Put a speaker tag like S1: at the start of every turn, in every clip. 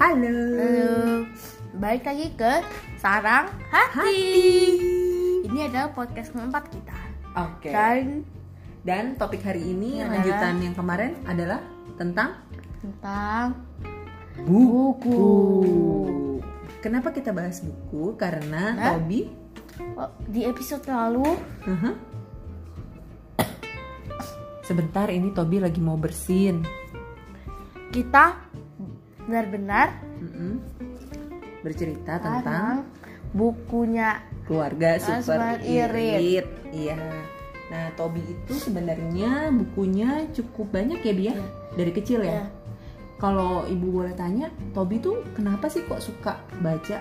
S1: Halo.
S2: Balik lagi ke Sarang Hati. Ini adalah podcast keempat kita.
S1: Oke. Dan topik hari ini lanjutan yang kemarin adalah tentang buku. Kenapa kita bahas buku? Karena Tobi
S2: di episode lalu
S1: sebentar ini Tobi lagi mau bersin.
S2: Kita benar-benar
S1: bercerita tentang
S2: bukunya
S1: Keluarga Super Irit.
S2: Irit.
S1: Iya. Nah, Tobi itu sebenarnya bukunya cukup banyak ya, Bia? Dari kecil ya? Kalau ibu boleh tanya, Tobi tuh kenapa sih kok suka baca?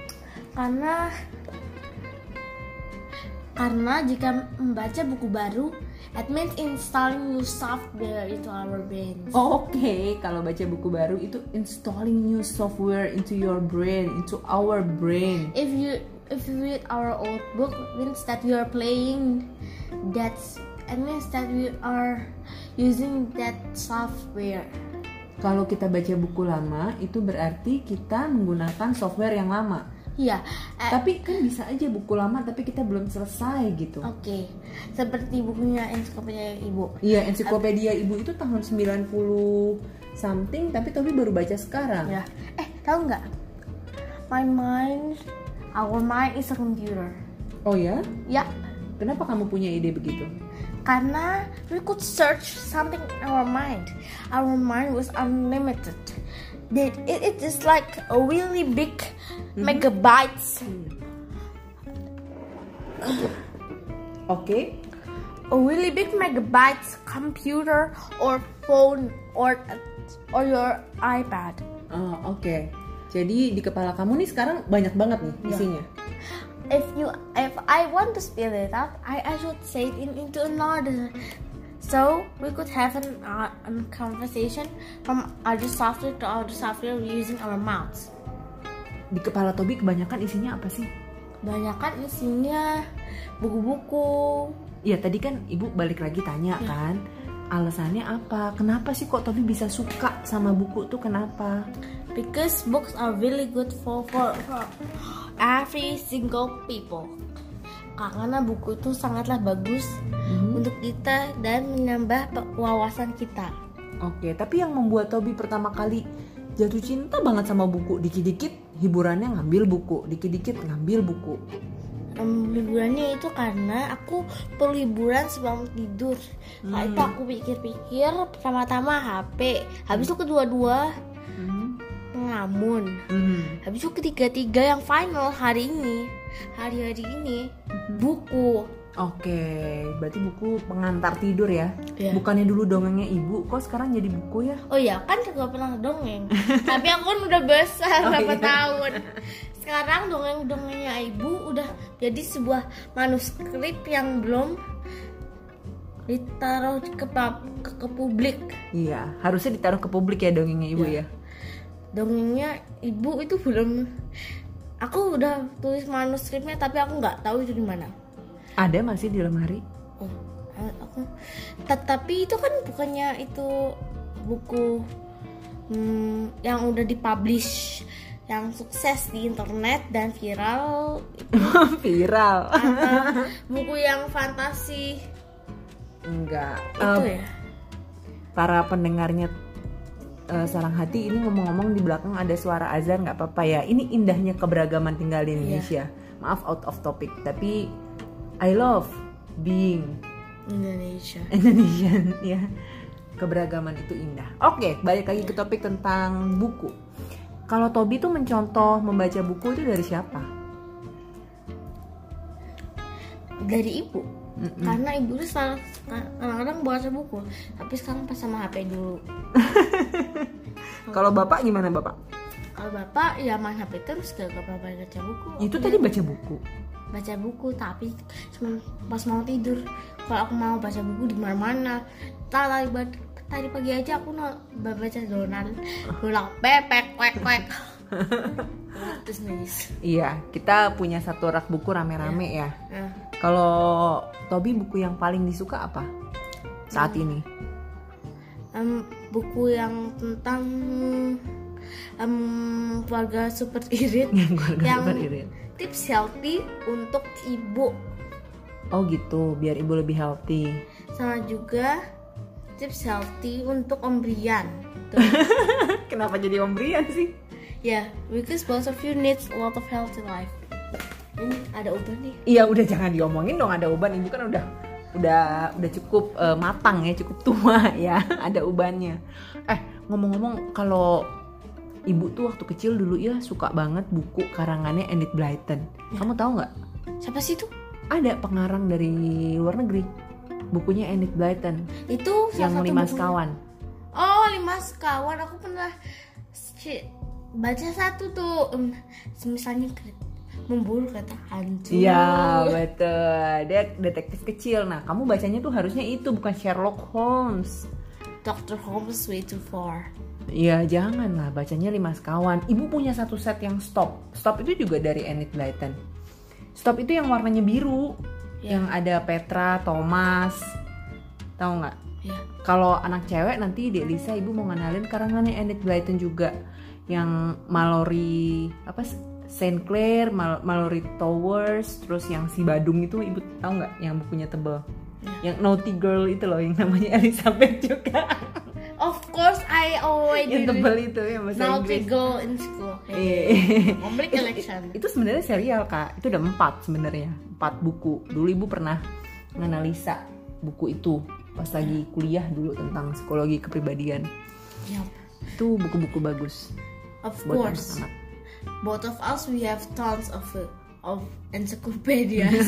S2: Karena jika membaca buku baru, it means installing new software into our brains.
S1: Oke, kalau baca buku baru itu installing new software into your brain, into our brain.
S2: If you read our old book, it means that we are playing that. It means that we are using that software.
S1: Kalau kita baca buku lama, itu berarti kita menggunakan software yang lama.
S2: Iya.
S1: Tapi kan bisa aja buku lama tapi kita belum selesai gitu.
S2: Oke. Seperti bukunya ensiklopedia Ibu.
S1: Iya, ensiklopedia Ibu itu tahun 90 something tapi Tobi baru baca sekarang.
S2: Ya. Tahu nggak? Our mind is a computer.
S1: Oh ya?
S2: Ya.
S1: Kenapa kamu punya ide begitu?
S2: Karena we could search something in our mind. Our mind was unlimited. It is like a really big megabytes.
S1: Oke.
S2: A really big megabytes computer or phone or your iPad.
S1: Oke. Jadi di kepala kamu nih sekarang banyak banget nih isinya.
S2: If I want to spell it out, I should say it into another. So we could have a conversation from other software to other software using our mouths.
S1: Di kepala Tobi kebanyakan isinya apa sih?
S2: Kebanyakan isinya buku-buku.
S1: Iya, tadi kan ibu balik lagi tanya kan, alasannya apa? Kenapa sih kok Tobi bisa suka sama buku tuh, kenapa?
S2: Because books are really good for every single people. Karena buku itu sangatlah bagus untuk kita dan menambah wawasan kita. Oke,
S1: tapi yang membuat Tobi pertama kali jatuh cinta banget sama buku, dikit-dikit hiburannya ngambil buku, dikit-dikit ngambil buku.
S2: Liburannya itu karena aku perlu liburan sebelum tidur. Nah itu aku pikir-pikir pertama-tama HP, habis itu kedua-dua ngelamun, habis itu ketiga-tiga yang final hari ini buku.
S1: Oke, berarti buku pengantar tidur ya? Bukannya dulu dongengnya ibu, kok sekarang jadi buku ya?
S2: Oh iya, kan juga pernah dongeng. Tapi aku kan udah besar, berapa tahun. Sekarang dongeng-dongengnya ibu udah jadi sebuah manuskrip yang belum ditaruh ke publik.
S1: Iya, harusnya ditaruh ke publik ya dongengnya ibu ya?
S2: Dongengnya ibu itu belum. Aku udah tulis manuskripnya tapi aku nggak tahu itu di mana.
S1: Ada masih di lemari.
S2: Tapi itu kan bukannya itu buku yang udah dipublish, yang sukses di internet dan viral.
S1: Viral.
S2: Buku yang fantasi.
S1: Enggak.
S2: Itu ya.
S1: Para pendengarnya Sarang Hati ini ngomong-ngomong di belakang ada suara azan, nggak apa-apa ya. Ini indahnya keberagaman tinggal di Indonesia. Maaf out of topic, tapi I love being Indonesian ya. Keberagaman itu indah. Oke, balik lagi ke topik tentang buku. Kalau Tobi tuh mencontoh membaca buku itu dari siapa?
S2: Dari ibu. Karena ibu tuh kadang-kadang baca buku, tapi sekarang pas sama HP dulu.
S1: Kalau bapak gimana bapak?
S2: Kalau bapak ya main HP terus, gak pernah baca buku.
S1: Itu tadi baca buku.
S2: Baca buku tapi cuma pas mau tidur. Kalau aku mau baca buku di mana-mana. Tadi pagi aja aku baca Donald, pepek, kwek. Terus nangis.
S1: Iya, kita punya satu rak buku rame-rame ya. Kalau Tobi buku yang paling disuka apa saat ini?
S2: Buku yang tentang keluarga super irit
S1: Keluarga
S2: yang
S1: super irit.
S2: tips healthy untuk ibu,
S1: Oh gitu, biar ibu lebih healthy.
S2: sama juga tips healthy untuk Om Brian. Tuh.
S1: Kenapa jadi Om Brian sih?
S2: Ya, because both of you needs a lot of healthy life. Ini ada uban nih.
S1: Iya, udah jangan diomongin dong ada uban. Ibu kan udah cukup matang ya, cukup tua ya, ada ubannya. Ngomong-ngomong, kalau ibu tuh waktu kecil dulu ya suka banget buku karangannya Enid Blyton.
S2: Ya.
S1: Kamu tahu nggak?
S2: Siapa sih itu?
S1: Ada pengarang dari luar negeri. Bukunya Enid Blyton.
S2: Itu
S1: Yang
S2: salah satu
S1: 5
S2: buku.
S1: sekawan.
S2: Oh, 5 sekawan. Aku pernah baca satu tuh. Misalnya memburu kereta hantu.
S1: Iya betul, dia detektif kecil. Nah kamu bacanya tuh harusnya itu, bukan Sherlock Holmes.
S2: Dr. Holmes way too far.
S1: Iya jangan lah, bacanya 5 sekawan. Ibu punya satu set yang Stop. Stop itu juga dari Enid Blyton. Stop itu yang warnanya biru, yang ada Petra, Thomas, tahu nggak?
S2: Ya.
S1: Kalau anak cewek nanti di Elisa ibu mau ngenalin karangannya Enid Blyton juga, yang Mallory Saint Clair, Mallory Towers, terus yang si Badung itu ibu tahu nggak? Yang bukunya tebel, yang Naughty Girl itu loh, yang namanya Elizabeth juga.
S2: Of course, I always
S1: Yang tebel itu yang bahasa
S2: naughty
S1: Inggris.
S2: girl in school. Public election.
S1: Itu sebenarnya serial kak, itu udah 4 sebenarnya, 4 buku. Dulu ibu pernah nganalisa buku itu pas lagi kuliah dulu tentang psikologi kepribadian.
S2: Yup.
S1: Itu buku-buku bagus.
S2: Of
S1: buat
S2: course.
S1: anak-anak.
S2: Both of us we have tons of encyclopedias.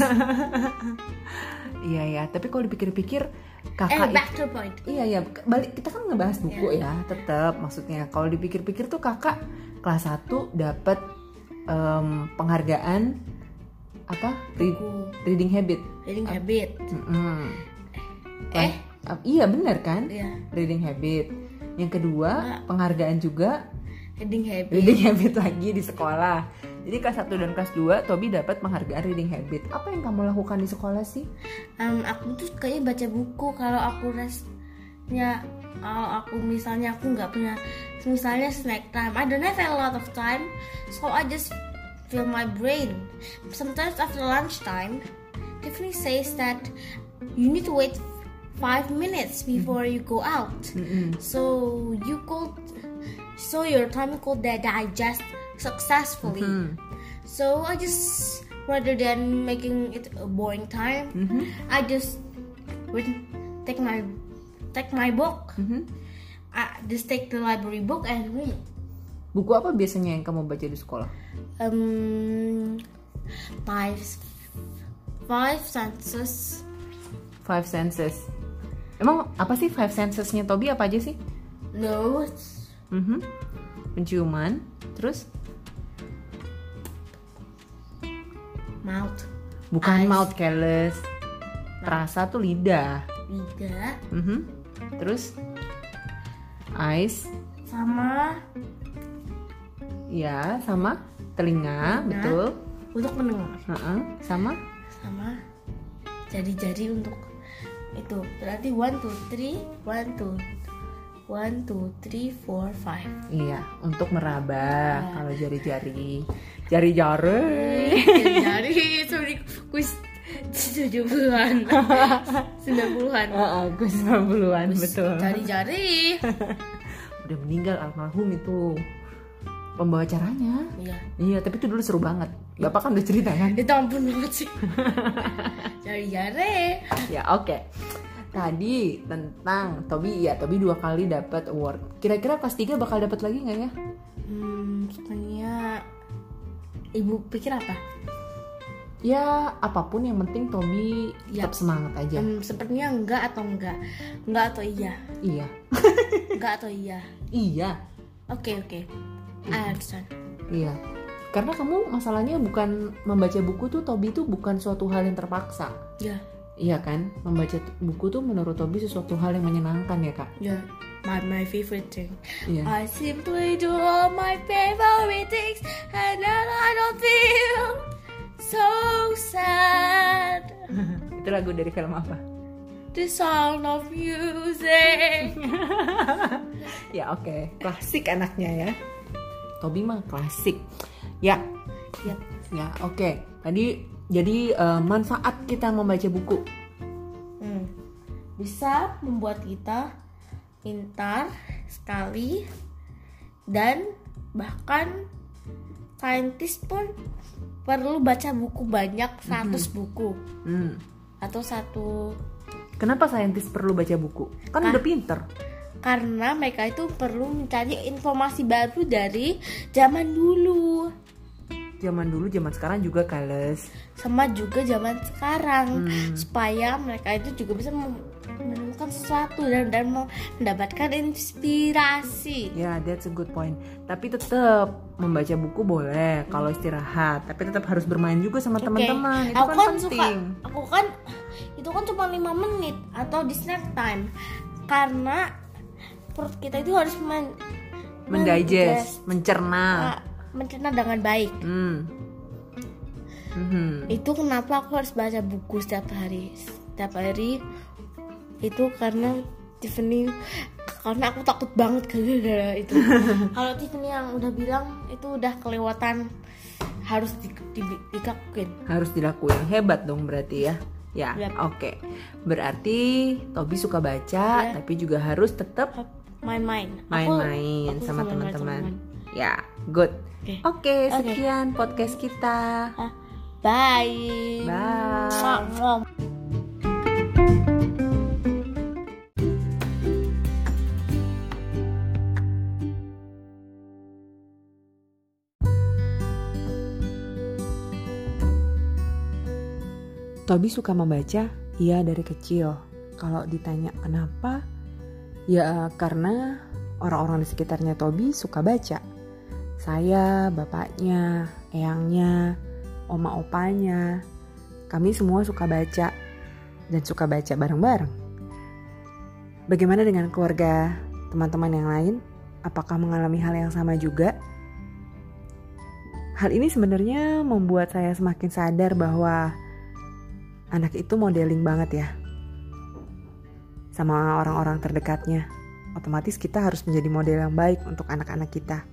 S1: Iya ya, tapi kalau dipikir-pikir kakak
S2: Back to the point.
S1: Iya balik, kita kan ngebahas buku ya, tetap maksudnya kalau dipikir-pikir tuh kakak kelas 1 dapat penghargaan apa? Reading habit.
S2: Reading habit.
S1: Iya benar kan?
S2: Iya.
S1: Reading habit. Yang kedua penghargaan juga
S2: Reading habit.
S1: reading habit lagi di sekolah. Jadi kelas 1 dan kelas 2 Tobi dapat penghargaan reading habit. Apa yang kamu lakukan di sekolah sih?
S2: Aku tuh kayaknya baca buku. Kalau aku misalnya aku nggak punya misalnya snack time, I don't have a lot of time, so I just fill my brain. Sometimes after lunchtime, Tiffany says that you need to wait 5 minutes before you go out. So your time could digest successfully. So I just, rather than making it a boring time, I just take my book. I just take the library book and read.
S1: Buku apa biasanya yang kamu baca di sekolah?
S2: Five senses.
S1: 5 senses. Emang apa sih 5 sensesnya Tobi, apa aja sih?
S2: Nose.
S1: Penciuman, terus?
S2: Mouth.
S1: Bukan
S2: Eyes.
S1: mouth, careless. Rasa tuh lidah.
S2: Lidah.
S1: Terus? Eyes.
S2: Sama
S1: Ya, sama telinga, betul.
S2: untuk mendengar.
S1: Sama
S2: Jari-jari untuk itu. Berarti 1, 2, 3 1, 2, 3, 4, 5.
S1: iya, untuk meraba. Kalau jari-jari. Jari-jari.
S2: Jari itu di kuis 70-an 90-an.
S1: Gue 90-an, betul.
S2: Jari-jari.
S1: Udah meninggal almarhum itu pembawa acaranya. Iya, tapi itu dulu seru banget. Bapak kan udah cerita kan?
S2: Itu ampun banget sih. Jari-jari.
S1: Ya, oke. Tadi tentang Tobi 2 kali dapat award. Kira-kira kelas 3 bakal dapat lagi nggak ya?
S2: Sebenarnya ibu pikir apa?
S1: Ya, apapun yang penting Tobi tetap semangat aja.
S2: Sepertinya enggak atau iya.
S1: Iya.
S2: Enggak atau iya.
S1: Iya.
S2: Oke. I understand.
S1: Iya. Karena kamu masalahnya bukan membaca buku tuh, Tobi tuh bukan suatu hal yang terpaksa.
S2: Ya.
S1: Iya kan? Membaca buku tuh menurut Tobi sesuatu hal yang menyenangkan ya kak?
S2: Ya. My favorite thing.
S1: Iya.
S2: I simply do all my favorite things and then I don't feel so sad.
S1: Itu lagu dari film apa?
S2: The Sound of Music.
S1: Ya oke. Klasik anaknya ya. Tobi mah klasik. Ya.
S2: Ya.
S1: Ya, oke. Tadi jadi manfaat kita membaca buku.
S2: Bisa membuat kita pintar sekali, dan bahkan saintis pun perlu baca buku banyak, 100 buku atau satu.
S1: Kenapa saintis perlu baca buku? Kan udah pinter.
S2: Karena mereka itu perlu mencari informasi baru dari zaman dulu.
S1: Zaman dulu, zaman sekarang juga kales.
S2: Sama juga zaman sekarang, supaya mereka itu juga bisa menemukan sesuatu dan mendapatkan inspirasi.
S1: Ya, that's a good point. Tapi tetap membaca buku boleh kalau istirahat, tapi tetap harus bermain juga sama teman-teman. Itu
S2: Aku
S1: kan penting.
S2: Aku kan itu kan cuma 5 menit atau di snack time. Karena perut kita itu harus
S1: mendigest, mencerna
S2: dengan baik. Itu kenapa aku harus baca buku setiap hari. Itu karena Tiffany, karena aku takut banget gara-gara itu. Kalau Tiffany yang udah bilang itu udah kelewatan, harus dilakuin.
S1: Harus dilakuin. Hebat dong berarti ya. Ya,
S2: Yep.
S1: Oke. Berarti Tobi suka baca, tapi juga harus tetap
S2: main-main
S1: Main-main sama teman-teman. Ya, good. Oke, sekian podcast kita.
S2: Bye.
S1: Bye. Tobi suka membaca, iya dari kecil. Kalau ditanya kenapa, ya karena orang-orang di sekitarnya Tobi suka baca. Saya, bapaknya, eyangnya, oma opanya, kami semua suka baca dan suka baca bareng-bareng. Bagaimana dengan keluarga teman-teman yang lain? Apakah mengalami hal yang sama juga? Hal ini sebenarnya membuat saya semakin sadar bahwa anak itu modeling banget ya sama orang-orang terdekatnya. Otomatis kita harus menjadi model yang baik untuk anak-anak kita.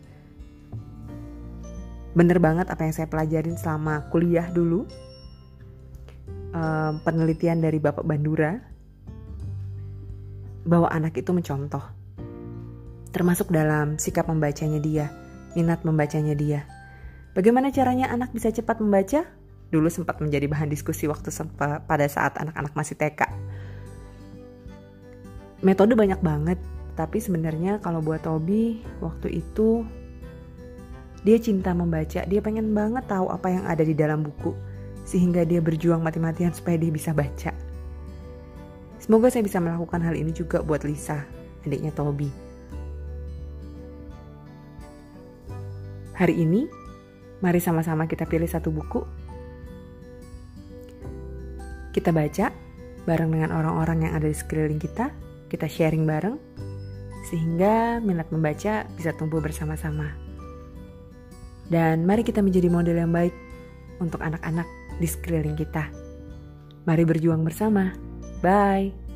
S1: Bener banget apa yang saya pelajarin selama kuliah dulu. Penelitian dari Bapak Bandura bahwa anak itu mencontoh, termasuk dalam sikap membacanya dia, minat membacanya dia. Bagaimana caranya anak bisa cepat membaca? Dulu sempat menjadi bahan diskusi waktu pada saat anak-anak masih TK. Metode banyak banget, tapi sebenarnya kalau buat Tobi waktu itu dia cinta membaca, dia pengen banget tahu apa yang ada di dalam buku, sehingga dia berjuang mati-matian supaya dia bisa baca. Semoga saya bisa melakukan hal ini juga buat Lisa, adiknya Tobi. Hari ini, mari sama-sama kita pilih satu buku. Kita baca bareng dengan orang-orang yang ada di sekeliling kita sharing bareng, sehingga minat membaca bisa tumbuh bersama-sama. Dan mari kita menjadi model yang baik untuk anak-anak di sekeliling kita. Mari berjuang bersama. Bye.